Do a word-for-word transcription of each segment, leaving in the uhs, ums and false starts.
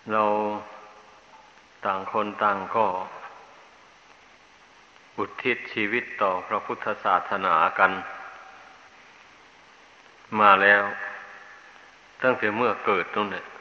เราต่างคนต่างก็อุทิศชีวิตต่อพระพุทธศาสนากันมาแล้วตั้งแต่เมื่อเกิดนั่นแหละ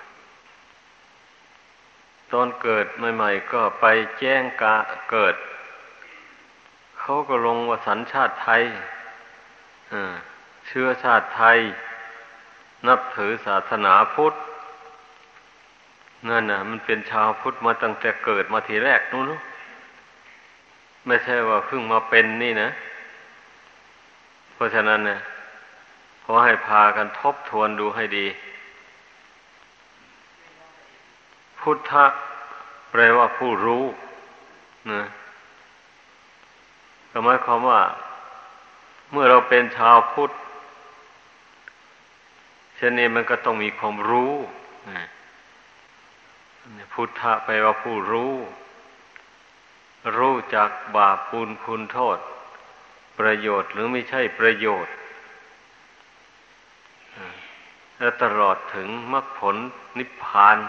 ตอนเกิดใหม่ๆก็ไปแจ้งกะเกิดเขาก็ลงว่าสัญชาติไทยเชื้อชาติไทยนับถือศาสนาพุทธนั่นน่ะมันเป็นชาวพุทธมาตั้งแต่เกิดมาทีแรกนู้นไม่ใช่ว่าเพิ่งมาเป็นนี่นะเพราะฉะนั้นเนี่ยขอให้พากันทบทวนดูให้ดีพุทธะแปลว่าผู้รู้นะหมายความว่าเมื่อเราเป็นชาวพุทธเช่นนี้มันก็ต้องมีความรู้พุทธะแปลว่าผู้รู้รู้จักบาปบุญคุณโทษประโยชน์หรือไม่ใช่ประโยชน์และตลอดถึงมรรคผลนิพพาน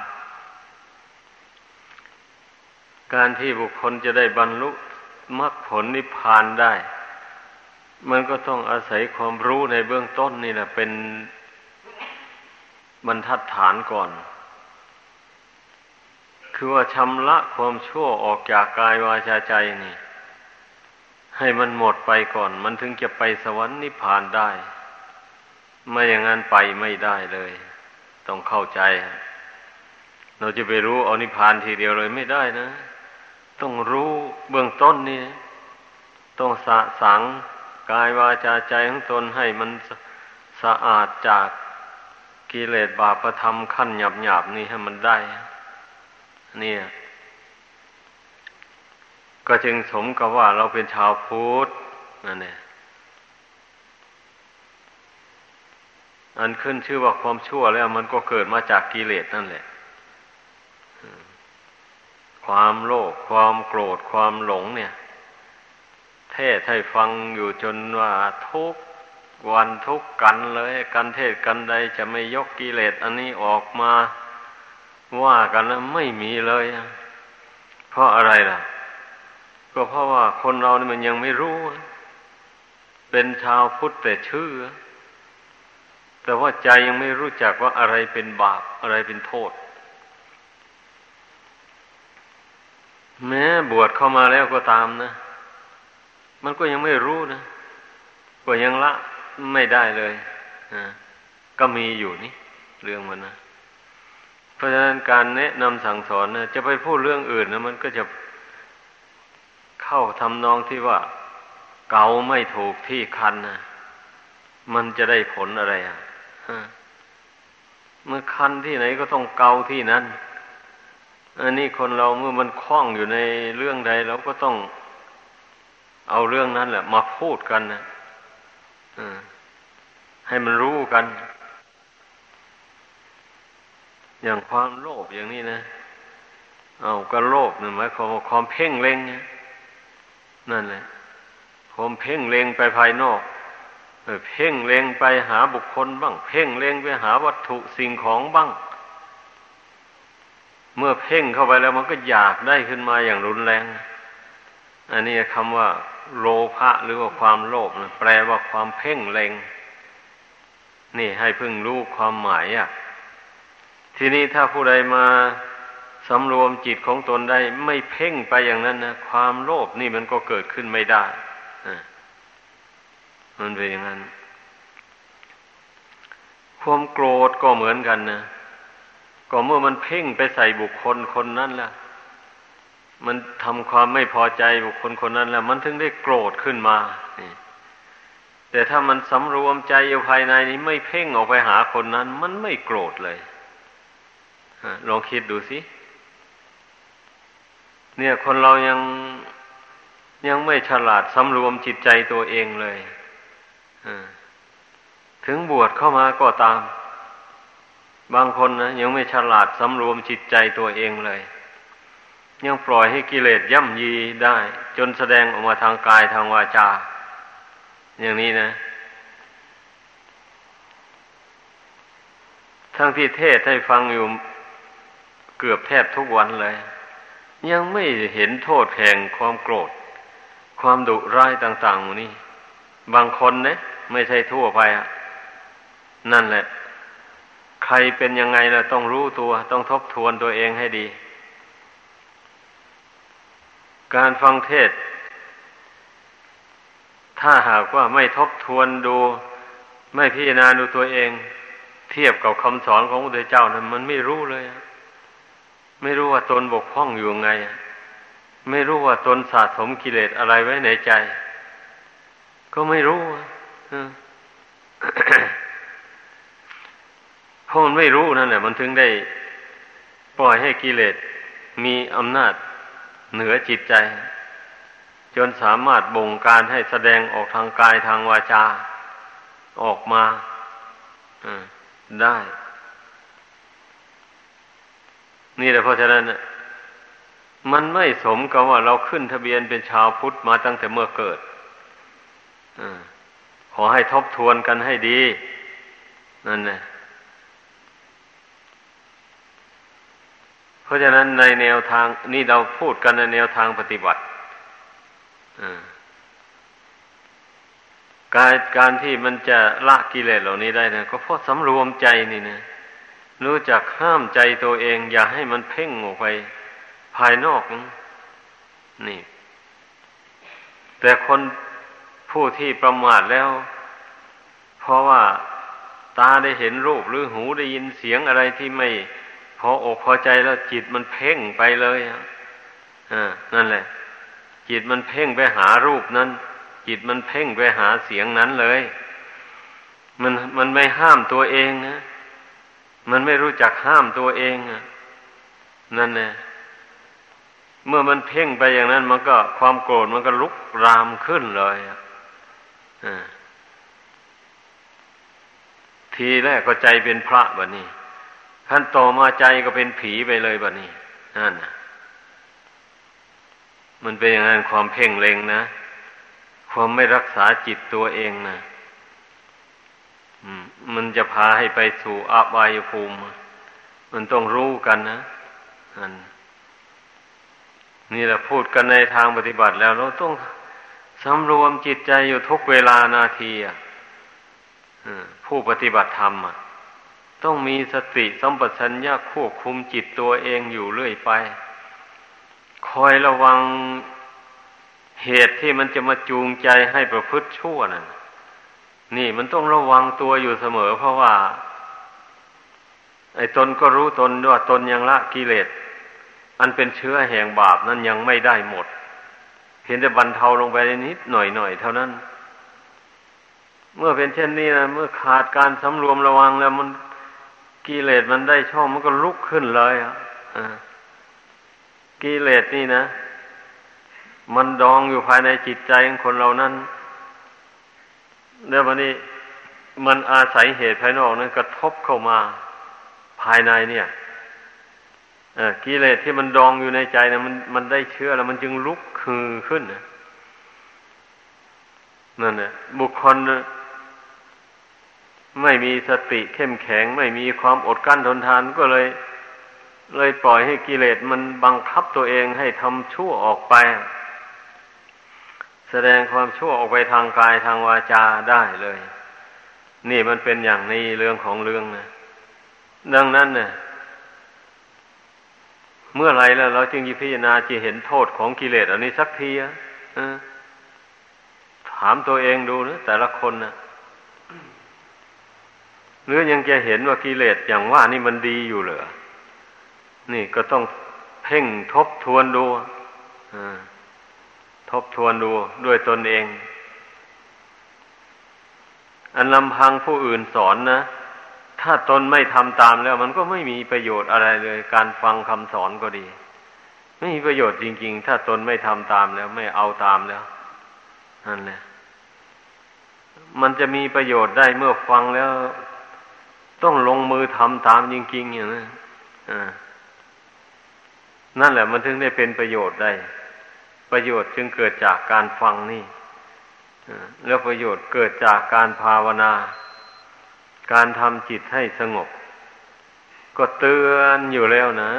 การที่บุคคลจะได้บรรลุมรรคผลนิพพานได้มันก็ต้องอาศัยความรู้ในเบื้องต้นนี่แหละเป็นบรรทัดฐานก่อนคือว่าชำระความชั่วออกจากกายวาจาใจนี่ให้มันหมดไปก่อนมันถึงจะไปสวรรค์นิพพานได้ไม่อย่างนั้นไปไม่ได้เลยต้องเข้าใจเราจะไปรู้เอานิพพานทีเดียวเลยไม่ได้นะต้องรู้เบื้องต้นนี่ต้องสะสางกายวาจาใจของตนให้มันสะอาดจากกิเลสบาปธรรมขั้นหยาบๆนี่ให้มันได้เนี่ยก็จึงสมกับว่าเราเป็นชาวพุทธนั่นแหละอันขึ้นชื่อว่าความชั่วแล้วมันก็เกิดมาจากกิเลสนั่นแหละความโลภความโกรธความหลงเนี่ยเทศให้ฟังอยู่จนว่าทุกวันทุกกันเลยกันเทศกันใดจะไม่ยกกิเลสอันนี้ออกมาว่ากันแล้วไม่มีเลยเพราะอะไรล่ะก็เพราะว่าคนเรานี่มันยังไม่รู้เป็นชาวพุทธแต่ชื่อแต่ว่าใจยังไม่รู้จักว่าอะไรเป็นบาปอะไรเป็นโทษแม้บวชเข้ามาแล้วก็ตามนะมันก็ยังไม่รู้นะก็ยังละไม่ได้เลยอ่าก็มีอยู่นี่เรื่องมันนะเพราะฉะนั้นการแนะนำสั่งสอนนะจะไปพูดเรื่องอื่นนะมันก็จะเข้าทำนองที่ว่าเกาไม่ถูกที่คันนะมันจะได้ผลอะไรอ่ะเมื่อคันที่ไหนก็ต้องเกาที่นั้นอันนี้คนเราเมื่อมันคล้องอยู่ในเรื่องใดเราก็ต้องเอาเรื่องนั้นแหละมาพูดกันนะให้มันรู้กันอย่างความโลภอย่างนี้นะเอาก็โลภนั่นหมายความว่าความเพ่งเล็งนั่นแหละความเพ่งเล็งไปภายนอกเพ่งเล็งไปหาบุคคลบ้างเพ่งเล็งไปหาวัตถุสิ่งของบ้างเมื่อเพ่งเข้าไปแล้วมันก็อยากได้ขึ้นมาอย่างรุนแรงอันนี้คำว่าโลภะหรือว่าความโลภนะแปลว่าความเพ่งเล็งนี่ให้เพิ่งรู้ความหมายอ่ะทีนี้ถ้าผู้ใดมาสำรวมจิตของตนได้ไม่เพ่งไปอย่างนั้นนะความโลภนี่มันก็เกิดขึ้นไม่ได้มันเป็นอย่างนั้นความโกรธก็เหมือนกันนะก็เมื่อมันเพ่งไปใส่บุคคลคนนั้นล่ะมันทำความไม่พอใจบุคคลคนนั้นแล้วมันถึงได้โกรธขึ้นมาแต่ถ้ามันสำรวมใจอยู่ภายในนี้ไม่เพ่งออกไปหาคนนั้นมันไม่โกรธเลยลองคิดดูสิเนี่ยคนเรายังยังไม่ฉลาดสำรวมจิตใจตัวเองเลยถึงบวชเข้ามาก็ตามบางคนนะยังไม่ฉลาดสำรวมจิตใจตัวเองเลยยังปล่อยให้กิเลสย่ำยีได้จนแสดงออกมาทางกายทางวาจาอย่างนี้นะทั้งที่เทศให้ฟังอยู่เกือบแทบทุกวันเลยยังไม่เห็นโทษแห่งความโกรธความดุร้ายต่างๆหมู่นี้บางคนนะไม่ใช่ทั่วไปอ่ะนั่นแหละใครเป็นยังไงล่ะต้องรู้ตัวต้องทบทวนตัวเองให้ดีการฟังเทศน์ถ้าหากว่าไม่ทบทวนดูไม่พิจารณาดูตัวเองเทียบกับคำสอนของพระพุทธเจ้านั้นมันไม่รู้เลยไม่รู้ว่าตนบกพร่องอยู่ไงไม่รู้ว่าตนสะสมกิเลสอะไรไว้ในใจก็ไม่รู้เพราะมันไม่รู้นั่นแหละมันถึงได้ปล่อยให้กิเลสมีอำนาจเหนือจิตใจจนสามารถบงการให้แสดงออกทางกายทางวาจาออกมาได้นี่แหละเพราะฉะนั้นมันไม่สมกับว่าเราขึ้นทะเบียนเป็นชาวพุทธมาตั้งแต่เมื่อเกิดขอให้ทบทวนกันให้ดีนั่นแหละเพราะฉะนั้นในแนวทางนี่เราพูดกันในแนวทางปฏิบัติการการที่มันจะละกิเลสเหล่านี้ได้นะก็เพราะสำรวมใจนี่นะรู้จักห้ามใจตัวเองอย่าให้มันเพ่งออกไปภายนอกนี่แต่คนผู้ที่ประมาทแล้วเพราะว่าตาได้เห็นรูปหรือหูได้ยินเสียงอะไรที่ไม่พออกพอใจแล้วจิตมันเพ่งไปเลยอ่านั่นแหละจิตมันเพ่งไปหารูปนั้นจิตมันเพ่งไปหาเสียงนั้นเลยมันมันไม่ห้ามตัวเองนะมันไม่รู้จักห้ามตัวเองนั่นแหละเมื่อมันเพ่งไปอย่างนั้นมันก็ความโกรธมันก็ลุกรามขึ้นเลยอ่าทีแรกก็ใจเป็นพระบัดนี้ขั้นต่อมาใจก็เป็นผีไปเลยบัดนี้นั่นน่ะมันเป็นอย่างนั้นความเพ่งเล็งนะความไม่รักษาจิตตัวเองนะมันจะพาให้ไปสู่อบายภูมิมันต้องรู้กันนะอันนี่แหละพูดกันในทางปฏิบัติแล้วเราต้องสำรวมจิตใจอยู่ทุกเวลานาทีอ่ะผู้ปฏิบัติธรรมอ่ะต้องมีสติสัมปชัญญะควบคุมจิตตัวเองอยู่เรื่อยไปคอยระวังเหตุที่มันจะมาจูงใจให้ประพฤติชั่วนั่นนี่มันต้องระวังตัวอยู่เสมอเพราะว่าไอ้ตนก็รู้ตนว่าตนยังละกิเลสอันเป็นเชื้อแห่งบาปนั้นยังไม่ได้หมดเพียงแต่บรรเทาลงไปนิดหน่อยๆเท่านั้นเมื่อเป็นเช่นนี้นะเมื่อขาดการสำรวมระวังแล้วมันกิเลสมันได้ช่องมันก็ลุกขึ้นเลยอ่ะกิเลสนี่นะมันดองอยู่ภายในจิตใจของคนเรานั้นแล้ววันนี้มันอาศัยเหตุภายนอกนั้นกระทบเข้ามาภายในเนี่ยกิเลสที่มันดองอยู่ในใจนะมันมันได้เชื้อแล้วมันจึงลุกคือขึ้นนะนั่นแหละบุคคลไม่มีสติเข้มแข็งไม่มีความอดกลั้นทนทานก็เลยเลยปล่อยให้กิเลสมันบังคับตัวเองให้ทำชั่วออกไปแสดงความชั่วออกไปทางกายทางวาจาได้เลยนี่มันเป็นอย่างนี้เรื่องของเรื่องนะดังนั้นเนี่ยเมื่อไรแล้วเราจึงพิจารณาจะเห็นโทษของกิเลสอันนี้สักทีอ่ะถามตัวเองดูนะแต่ละคนนะหรือยังจะเห็นว่ากิเลสอย่างว่านี่มันดีอยู่เหรอนี่ก็ต้องเพ่งทบทวนดูทบทวนดูด้วยตนเองอันลำพังผู้อื่นสอนนะถ้าตนไม่ทำตามแล้วมันก็ไม่มีประโยชน์อะไรเลยการฟังคำสอนก็ดีไม่มีประโยชน์จริงๆถ้าตนไม่ทำตามแล้วไม่เอาตามแล้วนั่นแหละมันจะมีประโยชน์ได้เมื่อฟังแล้วต้องลงมือทำตามจริงๆอย่างนั้นนั่นแหละมันถึงได้เป็นประโยชน์ได้ประโยชน์จึงเกิดจากการฟังนี่แล้วประโยชน์เกิดจากการภาวนาการทำจิตให้สงบก็เตือนอยู่แล้วนะ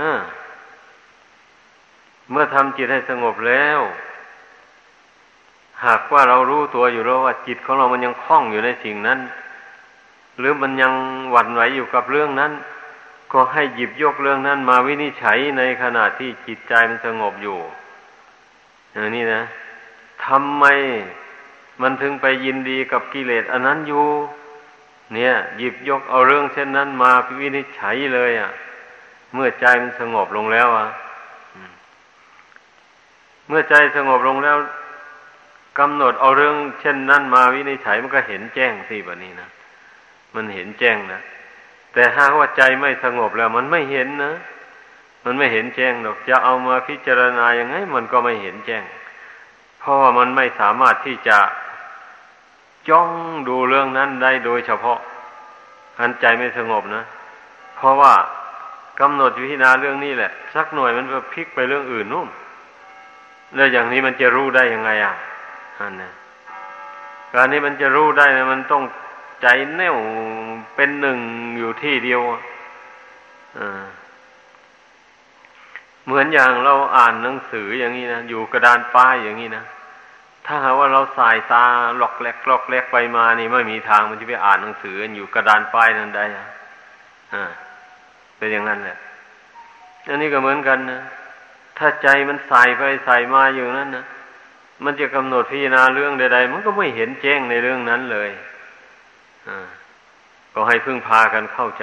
เมื่อทำจิตให้สงบแล้วหากว่าเรารู้ตัวอยู่แล้วว่าจิตของเรามันยังคล้องอยู่ในสิ่งนั้นหรือมันยังหวั่นไหวอยู่กับเรื่องนั้นก็ให้หยิบยกเรื่องนั้นมาวินิจฉัยในขณะที่จิตใจมันสงบอยู่อย่างนี้นะทำไมมันถึงไปยินดีกับกิเลสอันนั้นอยู่เนี่ยหยิบยกเอาเรื่องเช่นนั้นมาวินิจฉัยเลยอ่ะเมื่อใจมันสงบลงแล้วอ่ะเมื่อใจสงบลงแล้วกำหนดเอาเรื่องเช่นนั้นมาวินิจฉัยมันก็เห็นแจ้งสิแบบนี้นะมันเห็นแจ้งนะแต่หากว่าใจไม่สงบแล้วมันไม่เห็นนะมันไม่เห็นแจ้งหรอกจะเอามาพิจารณายังไงมันก็ไม่เห็นแจ้งเพราะว่ามันไม่สามารถที่จะจ้องดูเรื่องนั้นได้โดยเฉพาะหันใจไม่สงบนะเพราะว่ากำหนดพิจารณาเรื่องนี้แหละสักหน่อยมันก็พลิกไปเรื่องอื่นนู่นแล้วอย่างนี้มันจะรู้ได้ยังไงอ่ะอันนี้การนี้มันจะรู้ได้นะมันต้องใจแน่วเป็นหนึ่งอยู่ที่เดียวอ่าเหมือนอย่างเราอ่านหนังสืออย่างนี้นะอยู่กระดานป้ายอย่างนี้นะถ้าหากว่าเราสายตาหลอกแหลกหลอกแหลกไปมานี่ไม่มีทางมันจะไปอ่านหนังสืออยู่กระดานป้ายนั้นได้อ่ะอ่าเป็นอย่างนั้นแหละอันนี้ก็เหมือนกันนะถ้าใจมันใส่ไปใส่มาอยู่นั้นนะมันจะกำหนดพิจารณาเรื่องใดๆมันก็ไม่เห็นแจ้งในเรื่องนั้นเลยอ่าก็ให้พึ่งพากันเข้าใจ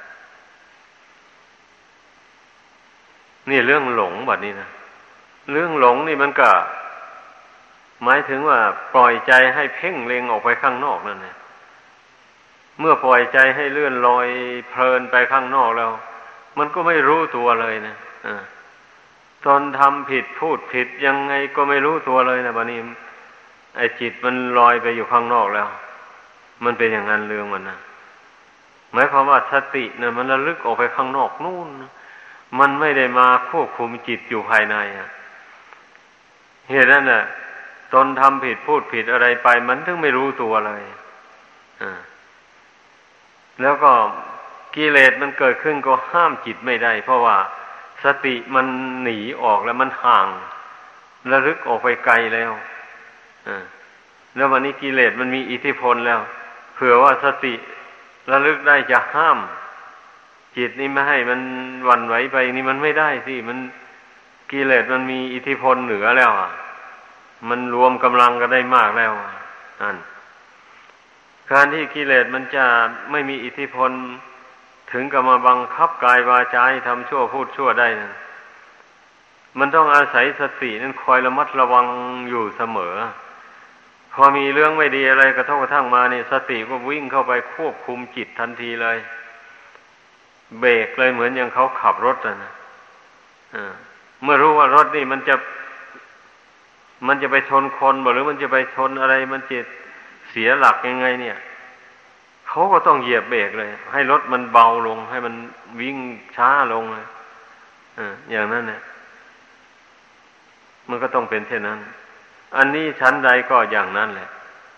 นี่เรื่องหลงแบบนี้นะเรื่องหลงนี่มันก็หมายถึงว่าปล่อยใจให้เพ่งเล็งออกไปข้างนอกนั่นแหละเมื่อปล่อยใจให้เลื่อนลอยเพลินไปข้างนอกแล้วมันก็ไม่รู้ตัวเลยนะอ่าตอนทำผิดพูดผิดยังไงก็ไม่รู้ตัวเลยนะบัดนี้ไอ้จิตมันลอยไปอยู่ข้างนอกแล้วมันเป็นอย่างนั้นเรื่องมันนะหมายความว่าสติเนี่ยมันระลึกออกไปข้างนอกนู่นมันไม่ได้มาควบคุมจิตอยู่ภายในอ่ะเหตุนั้นน่ะตนทำผิดพูดผิดอะไรไปมันถึงไม่รู้ตัวเลยอ่าแล้วก็กิเลสมันเกิดขึ้นก็ห้ามจิตไม่ได้เพราะว่าสติมันหนีออกแล้วมันห่างระลึกออกไปไกลแล้วอ่าแล้ววันนี้กิเลสมันมีอิทธิพลแล้วเผื่อว่าสติระลึกได้จะห้ามจิตนี่ไม่ให้มันหวั่นไหวไปนี่มันไม่ได้สิมันกิเลสมันมีอิทธิพลเหนือแล้วอ่ะมันรวมกำลังกันได้มากแล้วนั่นการที่กิเลสมันจะไม่มีอิทธิพลถึงกับมาบังคับกายวาจาให้ทำชั่วพูดชั่วได้นะมันต้องอาศัยสตินั้นคอยระมัดระวังอยู่เสมอพอมีเรื่องไม่ดีอะไรกระทบกระทั่งมานี่สติก็วิ่งเข้าไปควบคุมจิตทันทีเลยเบรกเลยเหมือนอย่างเขาขับรถนะเมื่อรู้ว่ารถนี่มันจะมันจะไปชนคนบ่หรือมันจะไปชนอะไรมันจะเสียหลักยังไงเนี่ยเขาก็ต้องเหยียบเบรกเลยให้รถมันเบาลงให้มันวิ่งช้าลงเลยอย่างนั้นเนี่ยมันก็ต้องเป็นเช่นนั้นอันนี้ชั้นใดก็อย่างนั้นแหละ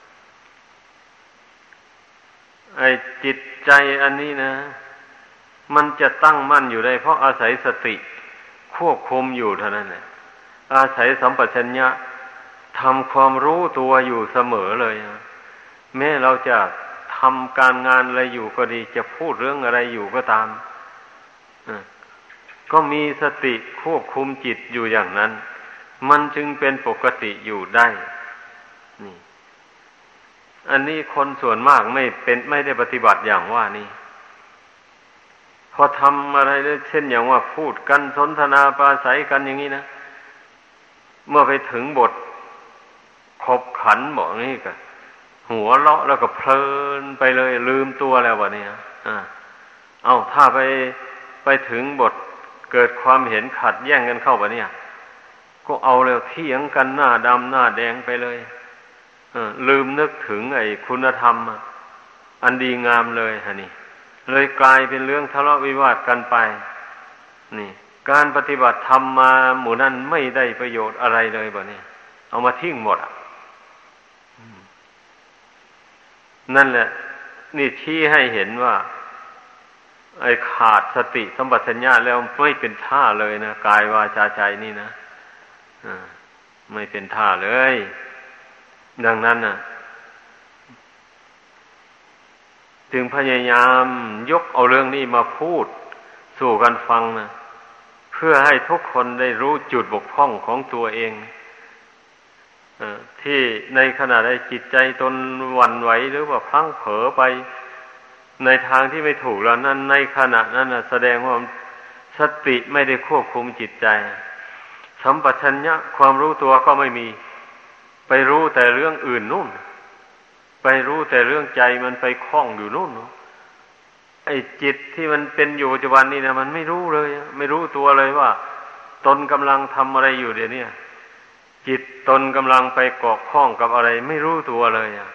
ไอ้จิตใจอันนี้นะมันจะตั้งมั่นอยู่ได้เพราะอาศัยสติควบคุมอยู่เท่านั้นแหละอาศัยสัมปชัญญะทำความรู้ตัวอยู่เสมอเลยแม้เราจะทำการงานอะไรอยู่ก็ดีจะพูดเรื่องอะไรอยู่ก็ตามก็มีสติควบคุมจิตอยู่อย่างนั้นมันจึงเป็นปกติอยู่ได้นี่อันนี้คนส่วนมากไม่เป็นไม่ได้ปฏิบัติอย่างว่านี่พอทำอะไรเช่นอย่างว่าพูดกันสนทนาปราศัยกันอย่างนี้นะเมื่อไปถึงบทขบขันบอกนี่ก็หัวเราะแล้วก็เพลินไปเลยลืมตัวแล้ววะเนี่ยอ่าเอาถ้าไปไปถึงบทเกิดความเห็นขัดแย้งกันเข้าไปเนี่ยก็เอาแล้วเถียงกันหน้าดำหน้าแดงไปเลยเออลืมนึกถึงไอ้คุณธรรมอันดีงามเลยฮะนี่เลยกลายเป็นเรื่องทะเลาะวิวาทกันไปนี่การปฏิบัติธรรมมาหมู่นั้นไม่ได้ประโยชน์อะไรเลยบ่เนี่ยเอามาทิ้งหมดอ่ะนั่นแหละนี่ชี้ให้เห็นว่าไอ้ขาดสติสัมปชัญญะแล้วไม่เป็นท่าเลยนะกายวาจาใจนี่นะอ่าไม่เป็นท่าเลยดังนั้นน่ะจึงพยายามยกเอาเรื่องนี้มาพูดสู่กันฟังนะเพื่อให้ทุกคนได้รู้จุดบกพร่องของตัวเองที่ในขณะใดจิตใจตนหวั่นไหวหรือว่าพลั้งเผลอไปในทางที่ไม่ถูกแล้วนั้นในขณะนั้นนะแสดงว่าสติไม่ได้ควบคุมจิตใจสัมปชัญญะความรู้ตัวก็ไม่มีไปรู้แต่เรื่องอื่นนู่นไปรู้แต่เรื่องใจมันไปคล้องอยู่นู่นไอ้จิตที่มันเป็นอยู่ปัจจุบันนี่นะมันไม่รู้เลยไม่รู้ตัวเลยว่าตนกำลังทำอะไรอยู่เดี๋ยวนี้จิตตนกำลังไปเกาะข้องกับอะไรไม่รู้ตัวเลยอ่ะ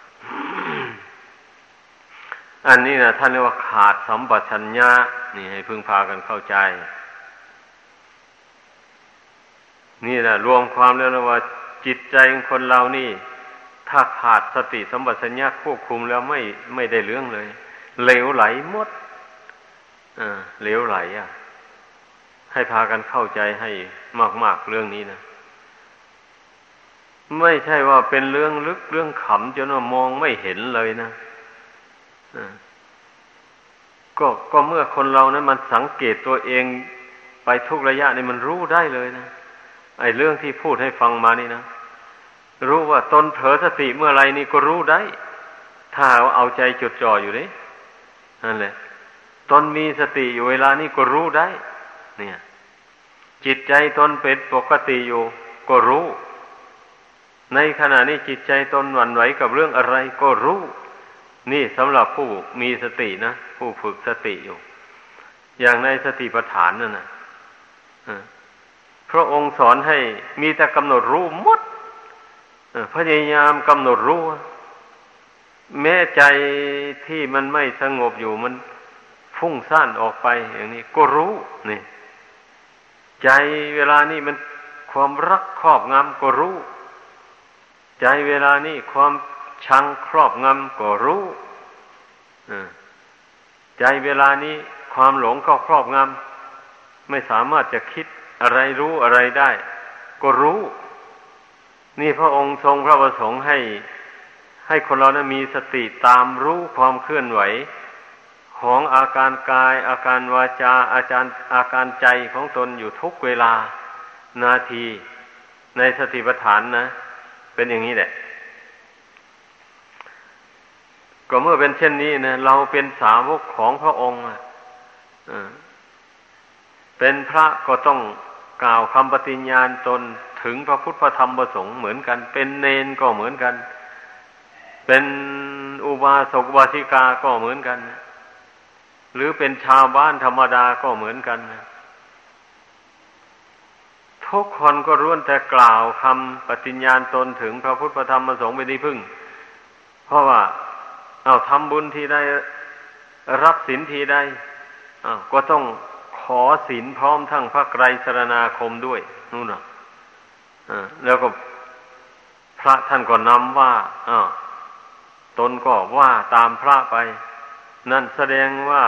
อันนี้นะท่านเรียกว่าขาดสัมปชัญญะนี่ให้พึงพากันเข้าใจนี่แหละรวมความแล้วนะว่าจิตใจของคนเรานี่ถ้าขาดสติสัมปชัญญะควบคุมแล้วไม่ไม่ได้เรื่องเลยเหลวไหลหมดอ่าเหลวไหลอ่ะให้พากันเข้าใจให้มากๆเรื่องนี้นะไม่ใช่ว่าเป็นเรื่องลึกเรื่องขำจนว่ามองไม่เห็นเลยนะก็ก็เมื่อคนเรานั้นมันสังเกตตัวเองไปทุกระยะนี่มันรู้ได้เลยนะไอ้เรื่องที่พูดให้ฟังมานี่นะรู้ว่าตนเผลอสติเมื่อไรนี่ก็รู้ได้ถ้าเอาใจจดจ่ออยู่นี่นั่นแหละตนมีสติอยู่เวลานี้ก็รู้ได้เนี่ยจิตใจตนเป็นปกติอยู่ก็รู้ในขณะนี้จิตใจตนหวั่นไหวกับเรื่องอะไรก็รู้นี่สำหรับผู้มีสตินะผู้ฝึกสติอยู่อย่างในสติปัฏฐานนั่นนะพระองค์สอนให้มีแต่กำหนดรู้หมดพยายามกำหนดรู้แม้ใจที่มันไม่สงบอยู่มันฟุ้งซ่านออกไปอย่างนี้ก็รู้นี่ใจเวลานี้มันความรักครอบงำก็รู้ใจเวลานี้ความชังครอบงำก็รู้ใจเวลานี้ความหลงเข้าครอบงำไม่สามารถจะคิดอะไรรู้อะไรได้ก็รู้นี่พระองค์ทรงพระประสงค์ให้ให้คนเรานะมีสติตามรู้ความเคลื่อนไหวของอาการกายอาการวาจาอาการอาการใจของตนอยู่ทุกเวลานาทีในสติปัฏฐานนะเป็นอย่างนี้แหละก็เมื่อเป็นเช่นนี้นะเราเป็นสาวกของพระองค์อ่ะเป็นพระก็ต้องกล่าวคำปฏิญญาณตนถึงพระพุทธพระธรรมพระสงฆ์เหมือนกันเป็นเณรก็เหมือนกันเป็นอุบาสกอุบาสิกาก็เหมือนกันหรือเป็นชาวบ้านธรรมดาก็เหมือนกันทุกคนก็ล้วนแต่กล่าวคำปฏิญญาณตนถึงพระพุทธพระธรรมพระสงฆ์เป็นที่พึ่งเพราะว่าเอาทำบุญทีใดรับศีลทีใดอ้าวก็ต้องขอศีลพร้อมทั้งพระไตรสรณาคมด้วยนู่นน่ะอ่าแล้วก็พระท่านก็นำว่าอ้าวตนก็ว่าตามพระไปนั่นแสดงว่า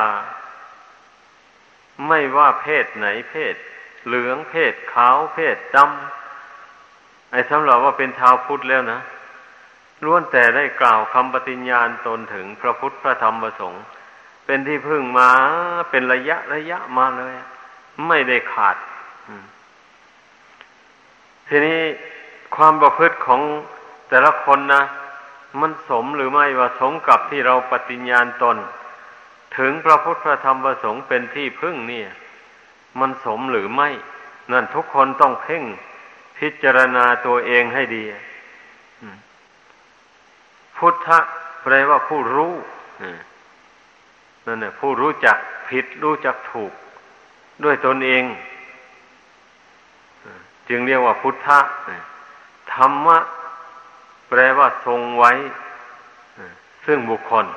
ไม่ว่าเพศไหนเพศเหลืองเพศขาวเพศดำไอ้สำหรับว่าเป็นชาวพุทธแล้วนะล้วนแต่ได้กล่าวคำปฏิญญาณตนถึงพระพุทธพระธรรมพระสงฆ์เป็นที่พึ่งมาเป็นระยะระยะมาเลยไม่ได้ขาดทีนี้ความประพฤติของแต่ละคนนะมันสมหรือไม่ว่าสมกับที่เราปฏิญญาณตนถึงพระพุทธพระธรรมพระสงฆ์เป็นที่พึ่งเนี่ยมันสมหรือไม่นั่นทุกคนต้องเพ่งพิจารณาตัวเองให้ดีพุทธะแปลว่าผู้รู้นั่นแหละผู้รู้จักผิดรู้จักถูกด้วยตนเองจึงเรียกว่าพุทธะธรรมะแปลว่าทรงไว้ซึ่งบุคคล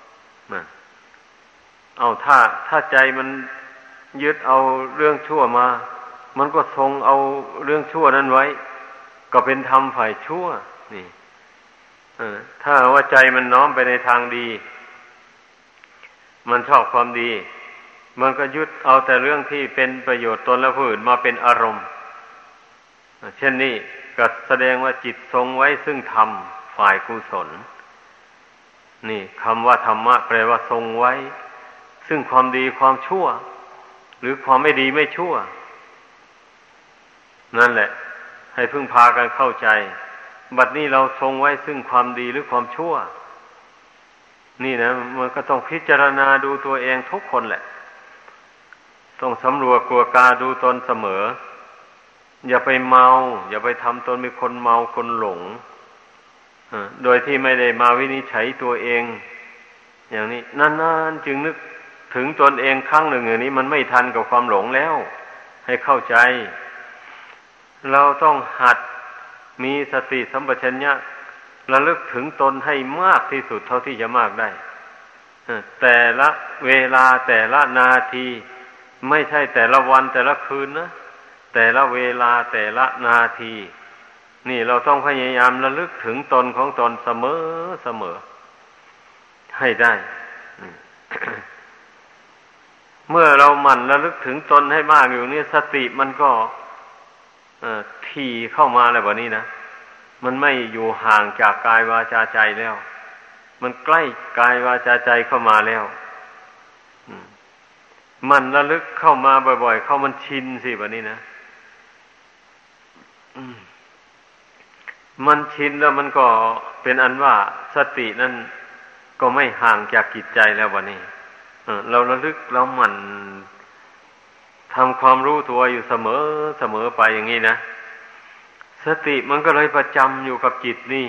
เอาถ้าถ้าใจมันยึดเอาเรื่องชั่วมามันก็ทรงเอาเรื่องชั่วนั้นไว้ก็เป็นธรรมฝ่ายชั่วนี่ถ้าว่าใจมันน้อมไปในทางดีมันชอบความดีมันก็ยึดเอาแต่เรื่องที่เป็นประโยชน์ตนและผู้อื่นมาเป็นอารมณ์เช่นนี้ก็แสดงว่าจิตทรงไว้ซึ่งธรรมฝ่ายกุศลนี่คำว่าธรรมะแปลว่าทรงไว้ซึ่งความดีความชั่วหรือความไม่ดีไม่ชั่วนั่นแหละให้พึ่งพากันเข้าใจบัดนี้เราทรงไว้ซึ่งความดีหรือความชั่วนี่นะมันก็ต้องพิจารณาดูตัวเองทุกคนแหละต้องสำรวจกลัวกาดูตนเสมออย่าไปเมาอย่าไปทำตนเป็นคนเมาคนหลงโดยที่ไม่ได้มาวินิจฉัยตัวเองอย่างนี้นานๆจึงนึกถึงตนเองครั้งหนึ่งอย่างนี้มันไม่ทันกับความหลงแล้วให้เข้าใจเราต้องหัดมีสติสัมปชัญญะระลึกถึงตนให้มากที่สุดเท่าที่จะมากได้แต่ละเวลาแต่ละนาทีไม่ใช่แต่ละวันแต่ละคืนนะแต่ละเวลาแต่ละนาทีนี่เราต้องพยายามระลึกถึงตนของตนเสมอเสมอให้ได้ เมื่อเราหมั่นระลึกถึงตนให้มากอยู่นี่สติมันก็ถี่เข้ามาแล้วแบบนี้นะมันไม่อยู่ห่างจากกายวาจาใจแล้วมันใกล้กายวาจาใจเข้ามาแล้วมันระลึกเข้ามาบ่อยๆเข้ามันชินสิแบบนี้นะมันชินแล้วมันก็เป็นอันว่าสตินั้นก็ไม่ห่างจากจิตใจแล้ววันนี้เราระลึกเราหมั่นทำความรู้ตัวอยู่เสมอเสมอไปอย่างนี้นะสติมันก็เลยประจำอยู่กับจิตนี่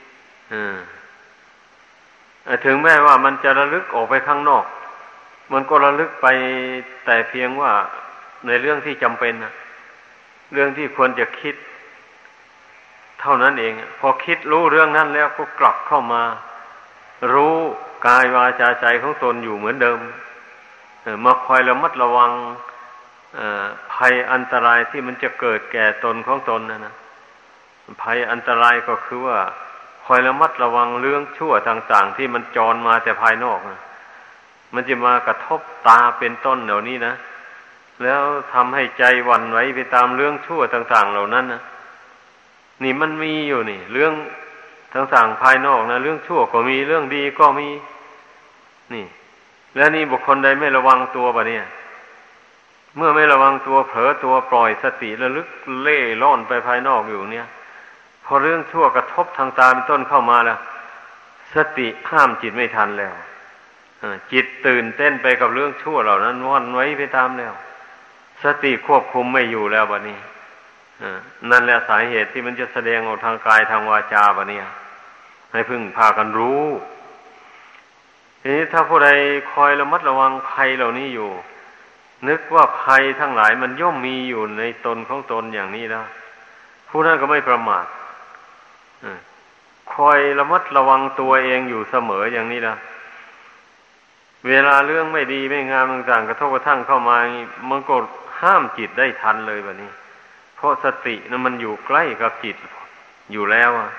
ถึงแม้ว่ามันจะระลึกออกไปข้างนอกมันก็ระลึกไปแต่เพียงว่าในเรื่องที่จำเป็นนะเรื่องที่ควรจะคิดเท่านั้นเองพอคิดรู้เรื่องนั้นแล้วก็กลับเข้ามารู้กายวาจาใจของตนอยู่เหมือนเดิมมาคอยระมัดระวังภัยอันตรายที่มันจะเกิดแก่ตนของตนนะนะภัยอันตรายก็คือว่าคอยระมัดระวังเรื่องชั่วต่างๆที่มันจรมาแต่ภายนอกนะมันจะมากระทบตาเป็นต้นเหล่านี้นะแล้วทำให้ใจหวั่นไหวไปตามเรื่องชั่วต่างๆเหล่านั้นนะนี่มันมีอยู่นี่เรื่องต่างๆภายนอกนะเรื่องชั่วก็มีเรื่องดีก็มีนี่แล้วนี่บุคคลใดไม่ระวังตัวปะเนี่ยเมื่อไม่ระวังตัวเผลอตัวปล่อยสติระลึกเล่ร่อนไปภายนอกอยู่เนี่ยพอเรื่องชั่วกระทบทางตาเป็นต้นเข้ามาแล้วสติห้ามจิตไม่ทันแล้วจิตตื่นเต้นไปกับเรื่องชั่วเหล่านั้นว่อนไว้ไปตามแล้วสติควบคุมไม่อยู่แล้วบัดนี้นั่นแหละสาเหตุที่มันจะแสดงออกทางกายทางวาจาบัดนี้ให้พึ่งพากันรู้ทีนี้ถ้าผู้ใดคอยระมัดระวังภัยเหล่านี้อยู่นึกว่าภัยทั้งหลายมันย่อมมีอยู่ในตนของตนอย่างนี้แล้วผู้นั้นก็ไม่ประมาทคอยระมัดระวังตัวเองอยู่เสมออย่างนี้นะเวลาเรื่องไม่ดีไม่งามต่างๆกระทบกระทั่งเข้ามามันก็ห้ามจิตได้ทันเลยแบบนี้เพราะสตินั้นมันอยู่ใกล้กับจิตอยู่แล้วอ่ะ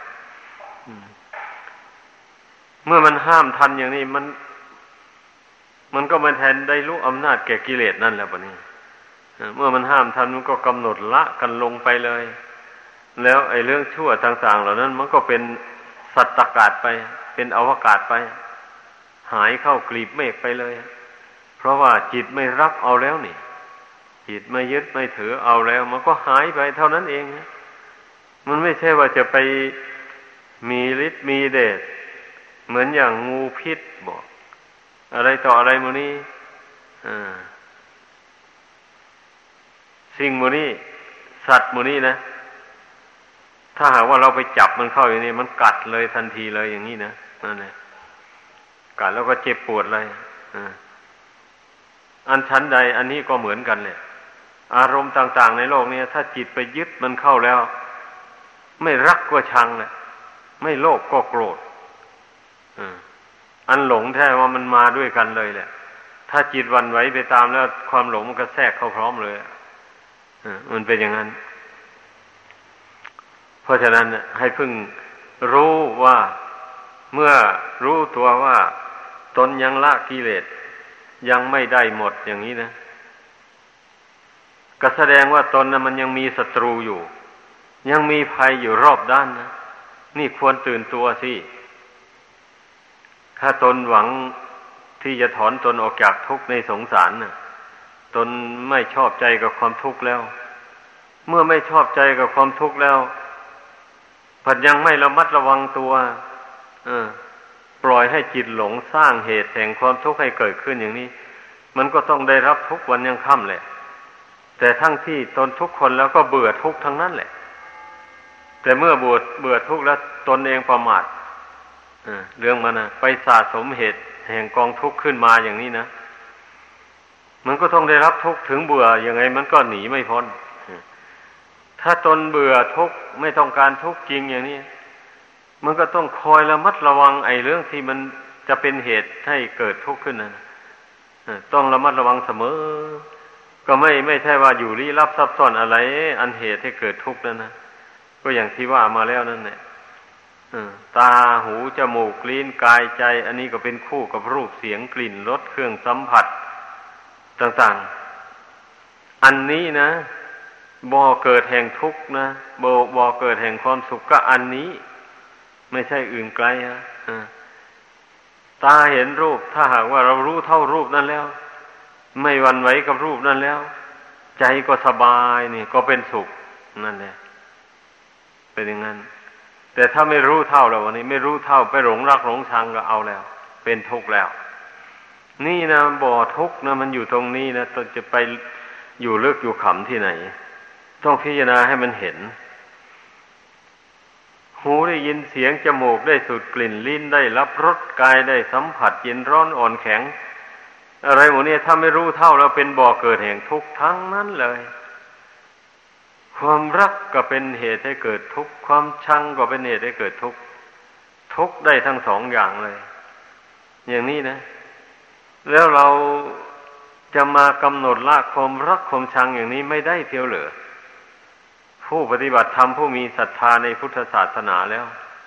เมื่อมันห้ามทันอย่างนี้มันมันก็มาแทนได้รู้อำนาจแก่กิเลสนั่นแหละแบบนี้เมื่อมันห้ามทันมันก็กำหนดละกันลงไปเลยแล้วไอ้เรื่องชั่วต่างๆเหล่านั้นมันก็เป็นสัตตากาศไปเป็นอวกาศไปหายเข้ากลีบเมฆไปเลยเพราะว่าจิตไม่รับเอาแล้วนี่จิตไม่ยึดไม่ถือเอาแล้วมันก็หายไปเท่านั้นเองมันไม่ใช่ว่าจะไปมีฤทธิ์มีเดชเหมือนอย่างงูพิษบอกอะไรต่ออะไรหมู่นี้สิ่งหมู่นี้สัตว์หมู่นี้นะถ้าหากว่าเราไปจับมันเข้าอย่างนี้มันกัดเลยทันทีเลยอย่างนี้นะนั่นแหละกัดแล้วก็เจ็บปวดเลยอันชั้นใดอันนี้ก็เหมือนกันเลยอารมณ์ต่างๆในโลกนี้ถ้าจิตไปยึดมันเข้าแล้วไม่รักก็ชังแหละไม่โลภก็โกรธอันหลงแท้ว่ามันมาด้วยกันเลยแหละถ้าจิตหวั่นไหวไปตามแล้วความหลงมันก็แทรกเข้าพร้อมเลยมันเป็นอย่างนั้นเพราะฉะนั้นให้พึ่งรู้ว่าเมื่อรู้ตัวว่าตนยังละกิเลสยังไม่ได้หมดอย่างนี้นะก็แสดงว่าตนนะมันยังมีศัตรูอยู่ยังมีภัยอยู่รอบด้านนะนี่ควรตื่นตัวสิถ้าตนหวังที่จะถอนตนออกจากทุกข์ในสงสารน่ะตนไม่ชอบใจกับความทุกข์แล้วเมื่อไม่ชอบใจกับความทุกข์แล้วผัดยังไม่ระมัดระวังตัวเออปล่อยให้จิตหลงสร้างเหตุแห่งความทุกข์ให้เกิดขึ้นอย่างนี้มันก็ต้องได้รับทุกข์วันยังค่ำแหละแต่ทั้งที่ตนทุกคนแล้วก็เบื่อทุกข์ทั้งนั้นแหละแต่เมื่อเบื่อเบื่อทุกข์แล้วตนเองประมาทเออเรื่องมันนะไปสะสมเหตุแห่งกองทุกข์ขึ้นมาอย่างนี้นะมันก็ต้องได้รับทุกข์ถึงเบื่อยังไงมันก็หนีไม่พ้นถ้าตนเบื่อทุกข์ไม่ต้องการทุกข์จริงอย่างนี้มันก็ต้องคอยระมัดระวังไอ้เรื่องที่มันจะเป็นเหตุให้เกิดทุกข์ขึ้นนะต้องระมัดระวังเสมอก็ไม่ไม่ใช่ว่าอยู่ลี้ลับซับซ้อนอะไรอันเหตุให้เกิดทุกข์นั่นนะก็อย่างที่ว่ามาแล้วนั่นแหละตาหูจมูกลิ้นกายใจอันนี้ก็เป็นคู่กับรูปเสียงกลิ่นรสเครื่องสัมผัสต่างๆอันนี้นะบ่อเกิดแห่งทุกข์นะบ่อบ่อเกิดแห่งความสุขก็อันนี้ไม่ใช่อื่นไกลฮะตาเห็นรูปถ้าหากว่าเรารู้เท่ารูปนั้นแล้วไม่หวั่นไหวกับรูปนั้นแล้วใจก็สบายนี่ก็เป็นสุขนั่นแหละเป็นอย่างนั้นแต่ถ้าไม่รู้เท่าแล้ววันนี้ไม่รู้เท่าไปหลงรักหลงชังก็เอาแล้วเป็นทุกข์แล้วนี่นะบ่อทุกข์นะมันอยู่ตรงนี้นะตนจะไปอยู่ลึกอยู่ขำที่ไหนต้องพิจารณาให้มันเห็นหูได้ยินเสียงจมูกได้สูดกลิ่นลิ้นได้รับรสกายได้สัมผัสเย็นร้อนอ่อนแข็งอะไรหมดนี้ถ้าไม่รู้เท่าแล้วเป็นบ่อเกิดแห่งทุกข์ทั้งนั้นเลยความรักก็เป็นเหตุให้เกิดทุกข์ความชังก็เป็นเหตุให้เกิดทุกข์ทุกข์ได้ทั้งสองอย่างเลยอย่างนี้นะแล้วเราจะมากำหนดละความรักความชังอย่างนี้ไม่ได้เที่ยวเหลือผู้ปฏิบัติธรรมผู้มีศรัทธาในพุทธศาสนาแล้ว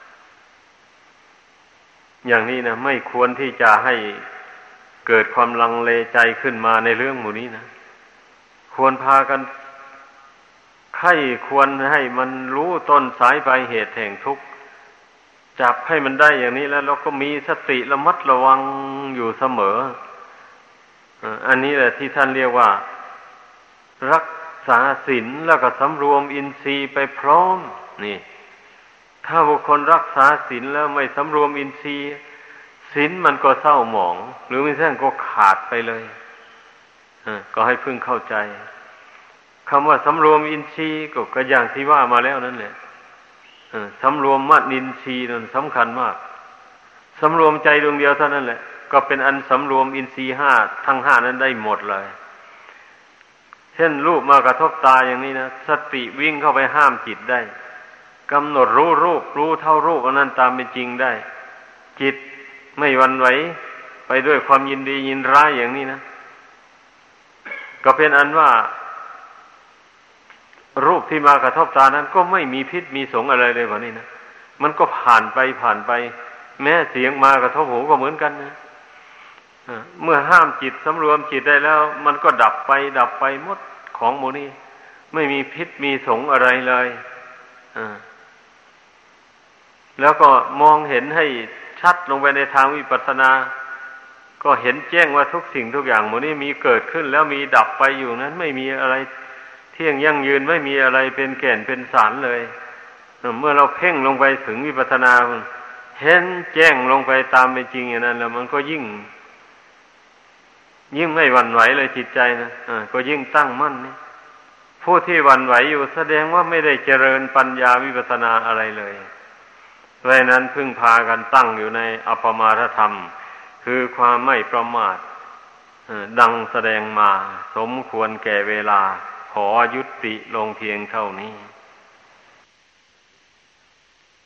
อย่างนี้นะไม่ควรที่จะให้เกิดความลังเลใจขึ้นมาในเรื่องหมู่นี้นะควรพากันใคร่ควรให้มันรู้ต้นสายปลายเหตุแห่งทุกข์จับให้มันได้อย่างนี้แล้วเราก็มีสติระมัดระวังอยู่เสมออันนี้แหละที่ท่านเรียกว่ารักษาศีลแล้วก็สำรวมอินทรีย์ไปพร้อมนี่ถ้าบุคคลรักษาศีลแล้วไม่สำรวมอินทรีย์ศีลมันก็เศร้าหมองหรือไม่ใช่ก็ขาดไปเลยก็ให้พึงเข้าใจคำว่าสำรวมอินทรีย์ก็ก็อย่างที่ว่ามาแล้วนั่นแหละสำรวมมนินทรีย์นั่นสำคัญมากสำรวมใจดวงเดียวเท่านั้นแหละก็เป็นอันสำรวมอินทรีย์ห้าทั้งห้านั้นได้หมดเลยเช่นรูปมากระทบตาอย่างนี้นะสติวิ่งเข้าไปห้ามจิตได้กำหนดรู้รูปรู้เท่ารูปอันนั้นตามเป็นจริงได้จิตไม่หวั่นไหวไปด้วยความยินดียินร้ายอย่างนี้นะก็เป็นอันว่ารูปที่มากระทบตานั้นก็ไม่มีพิษมีสงอะไรเลยกว่านี้นะมันก็ผ่านไปผ่านไปแม้เสียงมากระทบหูก็เหมือนกันนะเมื่อห้ามจิตสำรวมจิตได้แล้วมันก็ดับไปดับไปหมดของหมู่นี้ไม่มีพิษมีสงอะไรเลยแล้วก็มองเห็นให้ชัดลงไปในทางวิปัสสนาก็เห็นแจ้งว่าทุกสิ่งทุกอย่างหมู่นี้มีเกิดขึ้นแล้วมีดับไปอยู่นั้นไม่มีอะไรเที่ยงยั่งยืนไม่มีอะไรเป็นแก่นเป็นสารเลยเมื่อเราเพ่งลงไปถึงวิปัสสนาเห็นแจ้งลงไปตามเป็นจริงอย่างนั้นแล้วมันก็ยิ่งยิ่งไม่หวั่นไหวเลยจิตใจนะอ่าก็ยิ่งตั้งมั่นนี่ผู้ที่หวั่นไหวอยู่แสดงว่าไม่ได้เจริญปัญญาวิปัสสนาอะไรเลยเพราะนั้นพึ่งพากันตั้งอยู่ในอัปปมาทธรรมคือความไม่ประมาทดังแสดงมาสมควรแก่เวลาขอยุติลงเพียงเท่านี้